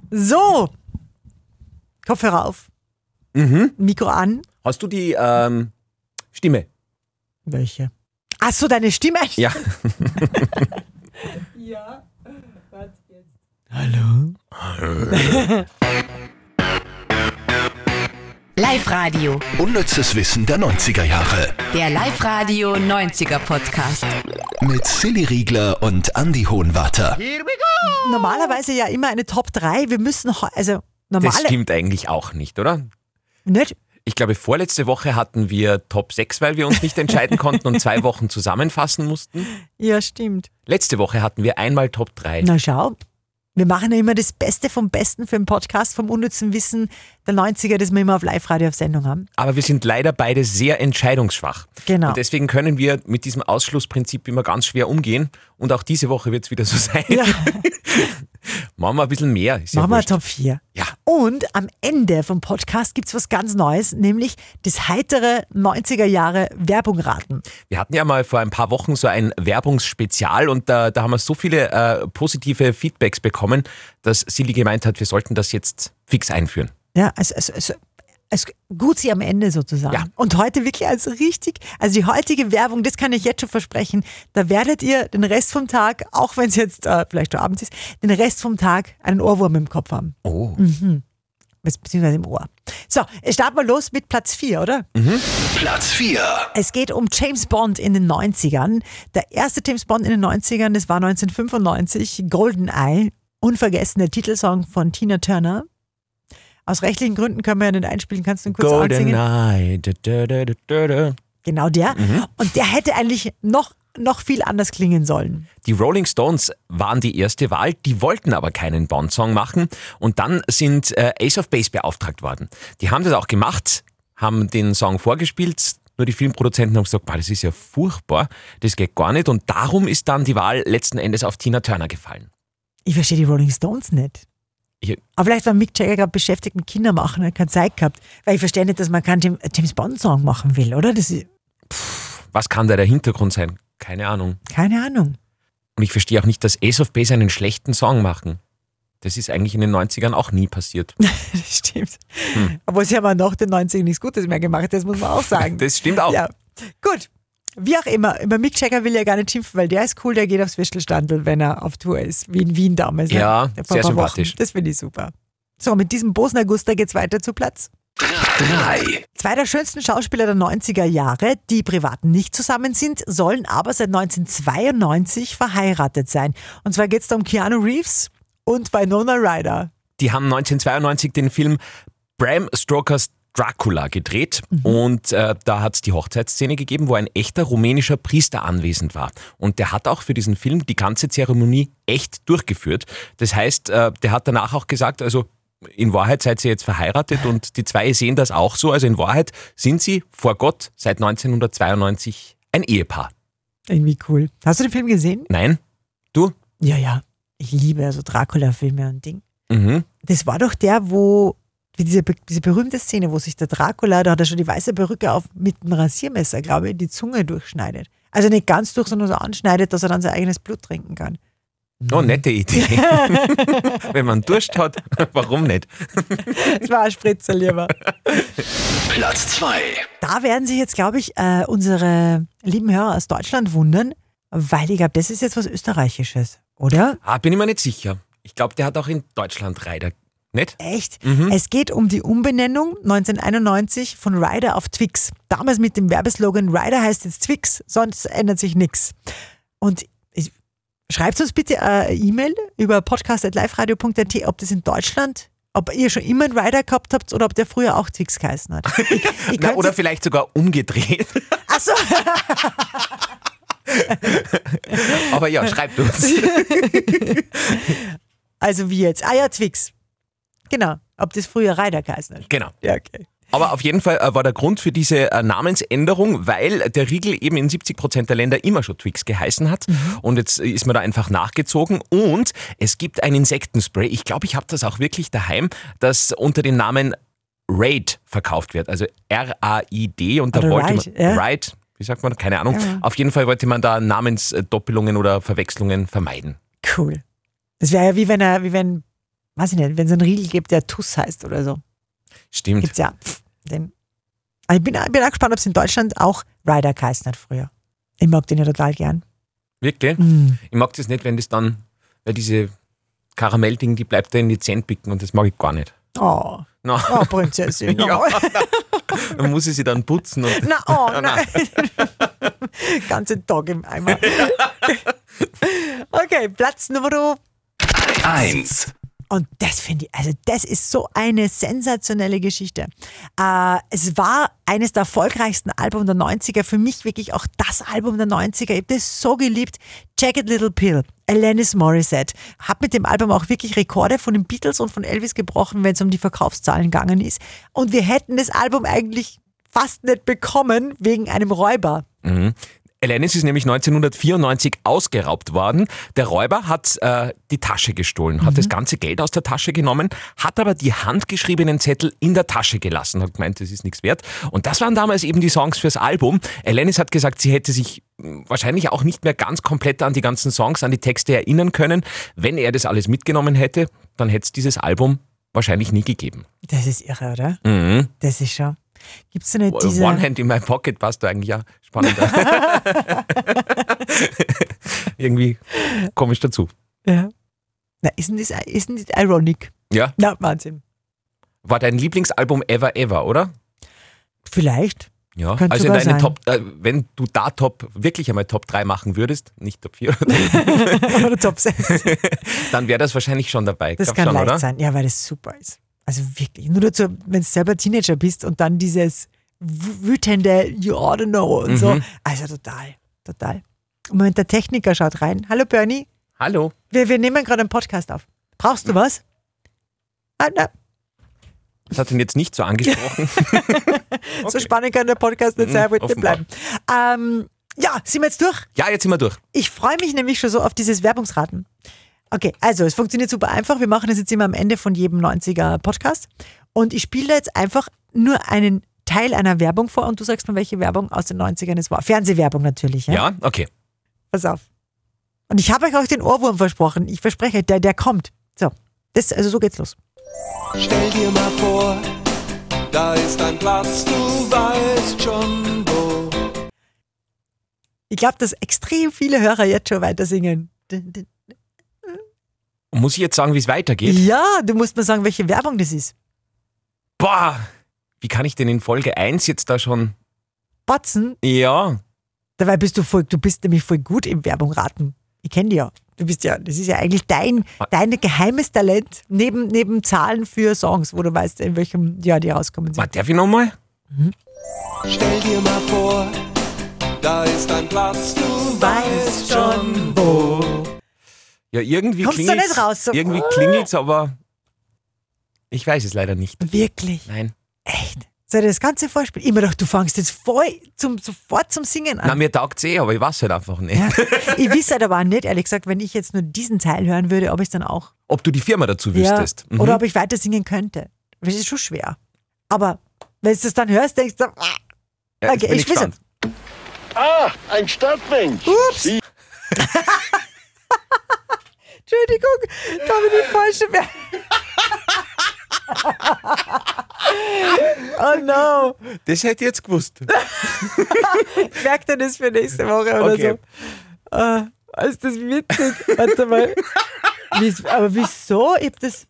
So, Kopfhörer auf, Mikro an. Hast du die Stimme? Welche? Ach so, deine Stimme? Ja. Ja, warte jetzt. Hallo? Live-Radio. Unnützes Wissen der 90er Jahre. Der Live-Radio 90er Podcast. Mit Silly Riegler und Andi Hohenwarter. Normalerweise ja immer eine Top 3. Wir müssen, Das stimmt eigentlich auch nicht, oder? Nicht? Ich glaube, vorletzte Woche hatten wir Top 6, weil wir uns nicht entscheiden konnten und 2 Wochen zusammenfassen mussten. Ja, stimmt. Letzte Woche hatten wir einmal Top 3. Na schau, wir machen ja immer das Beste vom Besten für den Podcast, vom unnützen Wissen der 90er, das wir immer auf Live-Radio auf Sendung haben. Aber wir sind leider beide sehr entscheidungsschwach. Genau. Und deswegen können wir mit diesem Ausschlussprinzip immer ganz schwer umgehen. Und auch diese Woche wird es wieder so sein. Ja. Machen wir ein bisschen mehr. Ist ja Machen wir wurscht. Top 4. Ja. Und am Ende vom Podcast gibt es was ganz Neues, nämlich das heitere 90er Jahre Werbung raten. Wir hatten ja mal vor ein paar Wochen so ein Werbungsspezial und da haben wir so viele positive Feedbacks bekommen, dass Silly gemeint hat, wir sollten das jetzt fix einführen. Ja, also gut sie am Ende sozusagen. Ja. Und heute wirklich also die heutige Werbung, das kann ich jetzt schon versprechen, da werdet ihr den Rest vom Tag, auch wenn es jetzt vielleicht schon abends ist, den Rest vom Tag einen Ohrwurm im Kopf haben. Oh. Beziehungsweise im Ohr. So, starten wir los mit Platz 4, oder? Platz 4. Es geht um James Bond in den 90ern. Der erste James Bond in den 90ern, das war 1995, GoldenEye, unvergessen der Titelsong von Tina Turner. Aus rechtlichen Gründen können wir ja nicht einspielen, kannst du ihn kurz ansingen? GoldenEye. Genau der. Und der hätte eigentlich noch viel anders klingen sollen. Die Rolling Stones waren die erste Wahl, die wollten aber keinen Bond-Song machen und dann sind Ace of Base beauftragt worden. Die haben das auch gemacht, haben den Song vorgespielt, nur die Filmproduzenten haben gesagt, das ist ja furchtbar, das geht gar nicht und darum ist dann die Wahl letzten Endes auf Tina Turner gefallen. Ich verstehe die Rolling Stones nicht. Aber vielleicht war Mick Jagger gerade beschäftigt mit Kinder machen, er hat keine Zeit gehabt. Weil ich verstehe nicht, dass man keinen James Bond-Song machen will, oder? Das ist, Was kann da der Hintergrund sein? Keine Ahnung. keine Ahnung. Und ich verstehe auch nicht, dass Ace of Base einen schlechten Song machen. Das ist eigentlich in den 90ern auch nie passiert. Das stimmt. Obwohl sie haben auch nach den 90ern nichts Gutes mehr gemacht, das muss man auch sagen. Das stimmt auch. Ja, gut. Wie auch immer, über Mick Jagger will ich ja gar nicht schimpfen, weil der ist cool, der geht aufs Würstelstandl, wenn er auf Tour ist, wie in Wien damals. Ja, Vor ein sehr paar sympathisch. Wochen. Das finde ich super. So, mit diesem Bosner Guster geht's weiter zu Platz 3. Zwei der schönsten Schauspieler der 90er Jahre, die privat nicht zusammen sind, sollen aber seit 1992 verheiratet sein. Und zwar geht es da um Keanu Reeves und Winona Ryder. Die haben 1992 den Film Bram Stokers Dracula gedreht und da hat es die Hochzeitsszene gegeben, wo ein echter rumänischer Priester anwesend war. Und der hat auch für diesen Film die ganze Zeremonie echt durchgeführt. Das heißt, der hat danach auch gesagt, also in Wahrheit seid ihr jetzt verheiratet und die zwei sehen das auch so. Also in Wahrheit sind sie vor Gott seit 1992 ein Ehepaar. Irgendwie cool. Hast du den Film gesehen? Nein? Du? Ja. Ich liebe also Dracula-Filme und Ding. Mhm. Das war doch der, wo diese berühmte Szene, wo sich der Dracula, da hat er schon die weiße Perücke auf, mit einem Rasiermesser, glaube ich, die Zunge durchschneidet. Also nicht ganz durch, sondern so anschneidet, dass er dann sein eigenes Blut trinken kann. Oh, nette Idee. Wenn man Durst hat, warum nicht? Das war ein Spritzer lieber. Platz 2. Da werden sich jetzt, glaube ich, unsere lieben Hörer aus Deutschland wundern, weil ich glaube, das ist jetzt was Österreichisches, oder? Bin ich mir nicht sicher. Ich glaube, der hat auch in Deutschland Ryder. Nicht? Echt? Es geht um die Umbenennung 1991 von Ryder auf Twix. Damals mit dem Werbeslogan Ryder heißt jetzt Twix, sonst ändert sich nichts. Und schreibt uns bitte eine E-Mail über podcast@liveradio.at, ob das in Deutschland, ob ihr schon immer einen Ryder gehabt habt oder ob der früher auch Twix geheißen hat. Oder vielleicht sogar umgedreht. Ach so. Aber ja, schreibt uns. Also wie jetzt? Ah ja, Twix. Genau. Ob das früher Ryder geheißen hat. Genau. Ja, okay. Aber auf jeden Fall war der Grund für diese Namensänderung, weil der Riegel eben in 70% der Länder immer schon Twix geheißen hat. Und jetzt ist man da einfach nachgezogen. Und es gibt ein Insektenspray, ich glaube, ich habe das auch wirklich daheim, das unter dem Namen Raid verkauft wird. Also R-A-I-D. Und da Oder wollte Raid, man... ja. Raid, wie sagt man? Keine Ahnung. Ja. Auf jeden Fall wollte man da Namensdoppelungen oder Verwechslungen vermeiden. Cool. Das wäre ja wie wenn weiß ich nicht, wenn es einen Riegel gibt, der Tuss heißt oder so. Stimmt. Gibt's ja. Aber ich bin auch gespannt, ob es in Deutschland auch Ryder geheißen hat früher. Ich mag den ja total gern. Wirklich? Ich mag das nicht, wenn das dann, weil diese Karamellding, die bleibt da in die Zähne picken und das mag ich gar nicht. Oh, No. oh Prinzessin. Ja, Oh. dann muss ich sie dann putzen. Und Na, oh nein. Ganzen Tag im Eimer. Okay, Platz Nummer 1. Und das finde ich, also das ist so eine sensationelle Geschichte. Es war eines der erfolgreichsten Alben der 90er, für mich wirklich auch das Album der 90er. Ich habe das so geliebt. Jagged Little Pill, Alanis Morissette. Hat mit dem Album auch wirklich Rekorde von den Beatles und von Elvis gebrochen, wenn es um die Verkaufszahlen gegangen ist. Und wir hätten das Album eigentlich fast nicht bekommen wegen einem Räuber. Alanis ist nämlich 1994 ausgeraubt worden. Der Räuber hat die Tasche gestohlen, hat das ganze Geld aus der Tasche genommen, hat aber die handgeschriebenen Zettel in der Tasche gelassen, hat gemeint, das ist nichts wert. Und das waren damals eben die Songs fürs Album. Alanis hat gesagt, sie hätte sich wahrscheinlich auch nicht mehr ganz komplett an die ganzen Songs, an die Texte erinnern können. Wenn er das alles mitgenommen hätte, dann hätte es dieses Album wahrscheinlich nie gegeben. Das ist irre, oder? Mhm. Das ist schon. Gibt es nicht diese... One Hand in my Pocket passt da eigentlich ja spannender. Irgendwie komisch dazu. Ja. Na, isn't this ironic? Ja. Na, Wahnsinn. War dein Lieblingsalbum ever, oder? Vielleicht. Ja. Könnte Also in sogar deine sein. Top, wenn du da wirklich einmal Top 3 machen würdest, nicht Top 4, Oder Top 6. dann wäre das wahrscheinlich schon dabei. Das Glaub kann schon, leicht oder? sein. Ja, weil das super ist. Also wirklich. Nur dazu, wenn du selber Teenager bist und dann dieses wütende You ought to know und so. Also total. Moment, der Techniker schaut rein. Hallo Bernie, Hallo. wir nehmen gerade einen Podcast auf. Brauchst du was? Na, Das hat ihn jetzt nicht so angesprochen. so spannend kann der Podcast nicht sein, wollte offenbar. bleiben. Ja, sind wir jetzt durch? Ja, jetzt sind wir durch. Ich freue mich nämlich schon so auf dieses Werbungsraten. Okay, also es funktioniert super einfach. Wir machen das jetzt immer am Ende von jedem 90er-Podcast. Und ich spiele jetzt einfach nur einen Teil einer Werbung vor und du sagst mir, welche Werbung aus den 90ern es war. Fernsehwerbung natürlich. Ja? Ja, okay. Pass auf. Und ich habe euch auch den Ohrwurm versprochen. Ich verspreche, der kommt. So, so geht's los. Stell dir mal vor, da ist ein Platz, du weißt schon wo. Ich glaube, dass extrem viele Hörer jetzt schon weiter singen. Muss ich jetzt sagen, wie es weitergeht? Ja, du musst mir sagen, welche Werbung das ist. Boah, wie kann ich denn in Folge 1 jetzt da schon... Batzen, Ja, dabei bist du bist nämlich voll gut im Werbung raten. Ich kenne dich ja. Das ist ja eigentlich dein geheimes Talent, neben Zahlen für Songs, wo du weißt, in welchem Jahr die rauskommen sind. darf ich nochmal? Stell dir mal vor, da ist ein Platz, du weißt schon wo. Ja, irgendwie Kommst du klingelt's. nicht raus, so- Irgendwie klingelt's, aber ich weiß es leider nicht. Wirklich? Nein. Echt? Soll ich das Ganze vorspielen? Ich mir gedacht, du fängst jetzt sofort zum Singen an. Na, mir taugt's aber ich weiß halt einfach nicht. Ja. Ich weiß halt aber auch nicht, ehrlich gesagt, wenn ich jetzt nur diesen Teil hören würde, ob ich es dann auch. Ob du die Firma dazu wüsstest. Ja, oder ob ich weiter singen könnte. Das ist schon schwer. Aber wenn du das dann hörst, denkst du, Ja, okay, jetzt bin ich weiß gespannt. Ah, ein Stadtmensch. Ups. Entschuldigung, da habe ich die falsche Oh no. Das hätte ich jetzt gewusst. Ich merke dir das für nächste Woche oder Okay. so. Ist das witzig? Warte mal. Aber wieso? Ich hab das.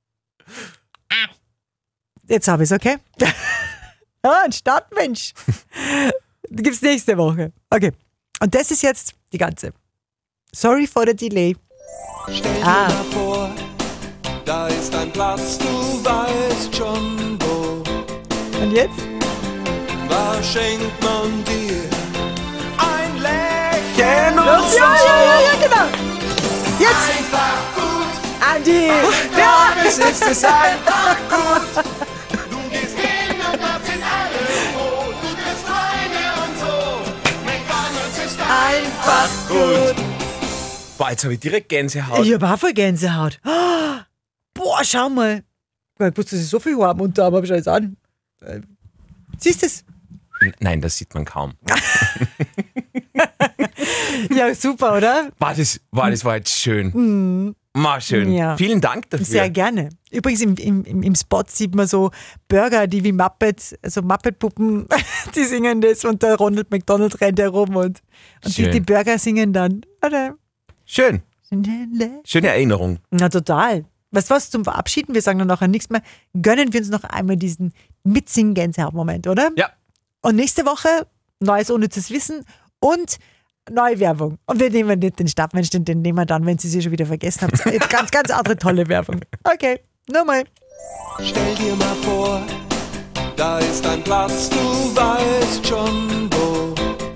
Jetzt habe ich es, okay? Ein Stadtmensch. Gibt's nächste Woche. Okay. Und das ist jetzt die ganze. Sorry for the delay. Stell dir mal vor, da ist ein Platz, du weißt schon wo. Und jetzt? Da schenkt man dir ein Lächeln und Ja, genau. Jetzt, einfach gut. Andi. Ja, es ist einfach gut. Du gehst hin und dort sind alle froh. Du triffst Freunde und so. McDonald's ist Einfach gut. Boah, jetzt habe ich direkt Gänsehaut. Ich habe auch voll Gänsehaut. Boah, schau mal. Ich wusste, dass ich so viel Haar am Unterarm habe, schau jetzt an. Siehst du es? Nein, das sieht man kaum. Ja, super, oder? Boah, das war jetzt schön. Schön. Ja. Vielen Dank dafür. Sehr gerne. Übrigens im Spot sieht man so Burger, die wie Muppet-Puppen, die singen das und der Ronald McDonald rennt herum und Schön. die Burger singen dann. Oder? Schön. Schöne Erinnerung. Na total. Weißt du was, zum Verabschieden, wir sagen dann nachher nichts mehr, gönnen wir uns noch einmal diesen Mitsingen-Gänsehaut-Moment, oder? Ja. Und nächste Woche neues unnützes Wissen und neue Werbung. Und wir nehmen nicht den Stabmensch, den nehmen wir dann, wenn Sie schon wieder vergessen haben. Ganz, ganz andere tolle Werbung. Okay, nochmal. Stell dir mal vor, da ist ein Platz, du weißt schon wo.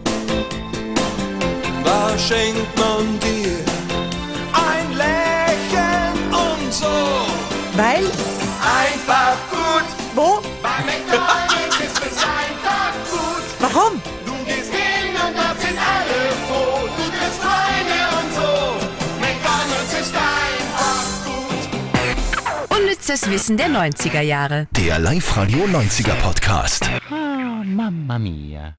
Da schenkt man dir ein Lächeln und so. Weil, Einfach gut, wo, Bei McDonald's ist es einfach gut. warum? Du gehst hin und dort sind alle froh. Du triffst Freunde und so. McDonald's ist einfach gut. Unnützes Wissen der 90er Jahre. Der Live-Radio 90er Podcast. Mamma mia.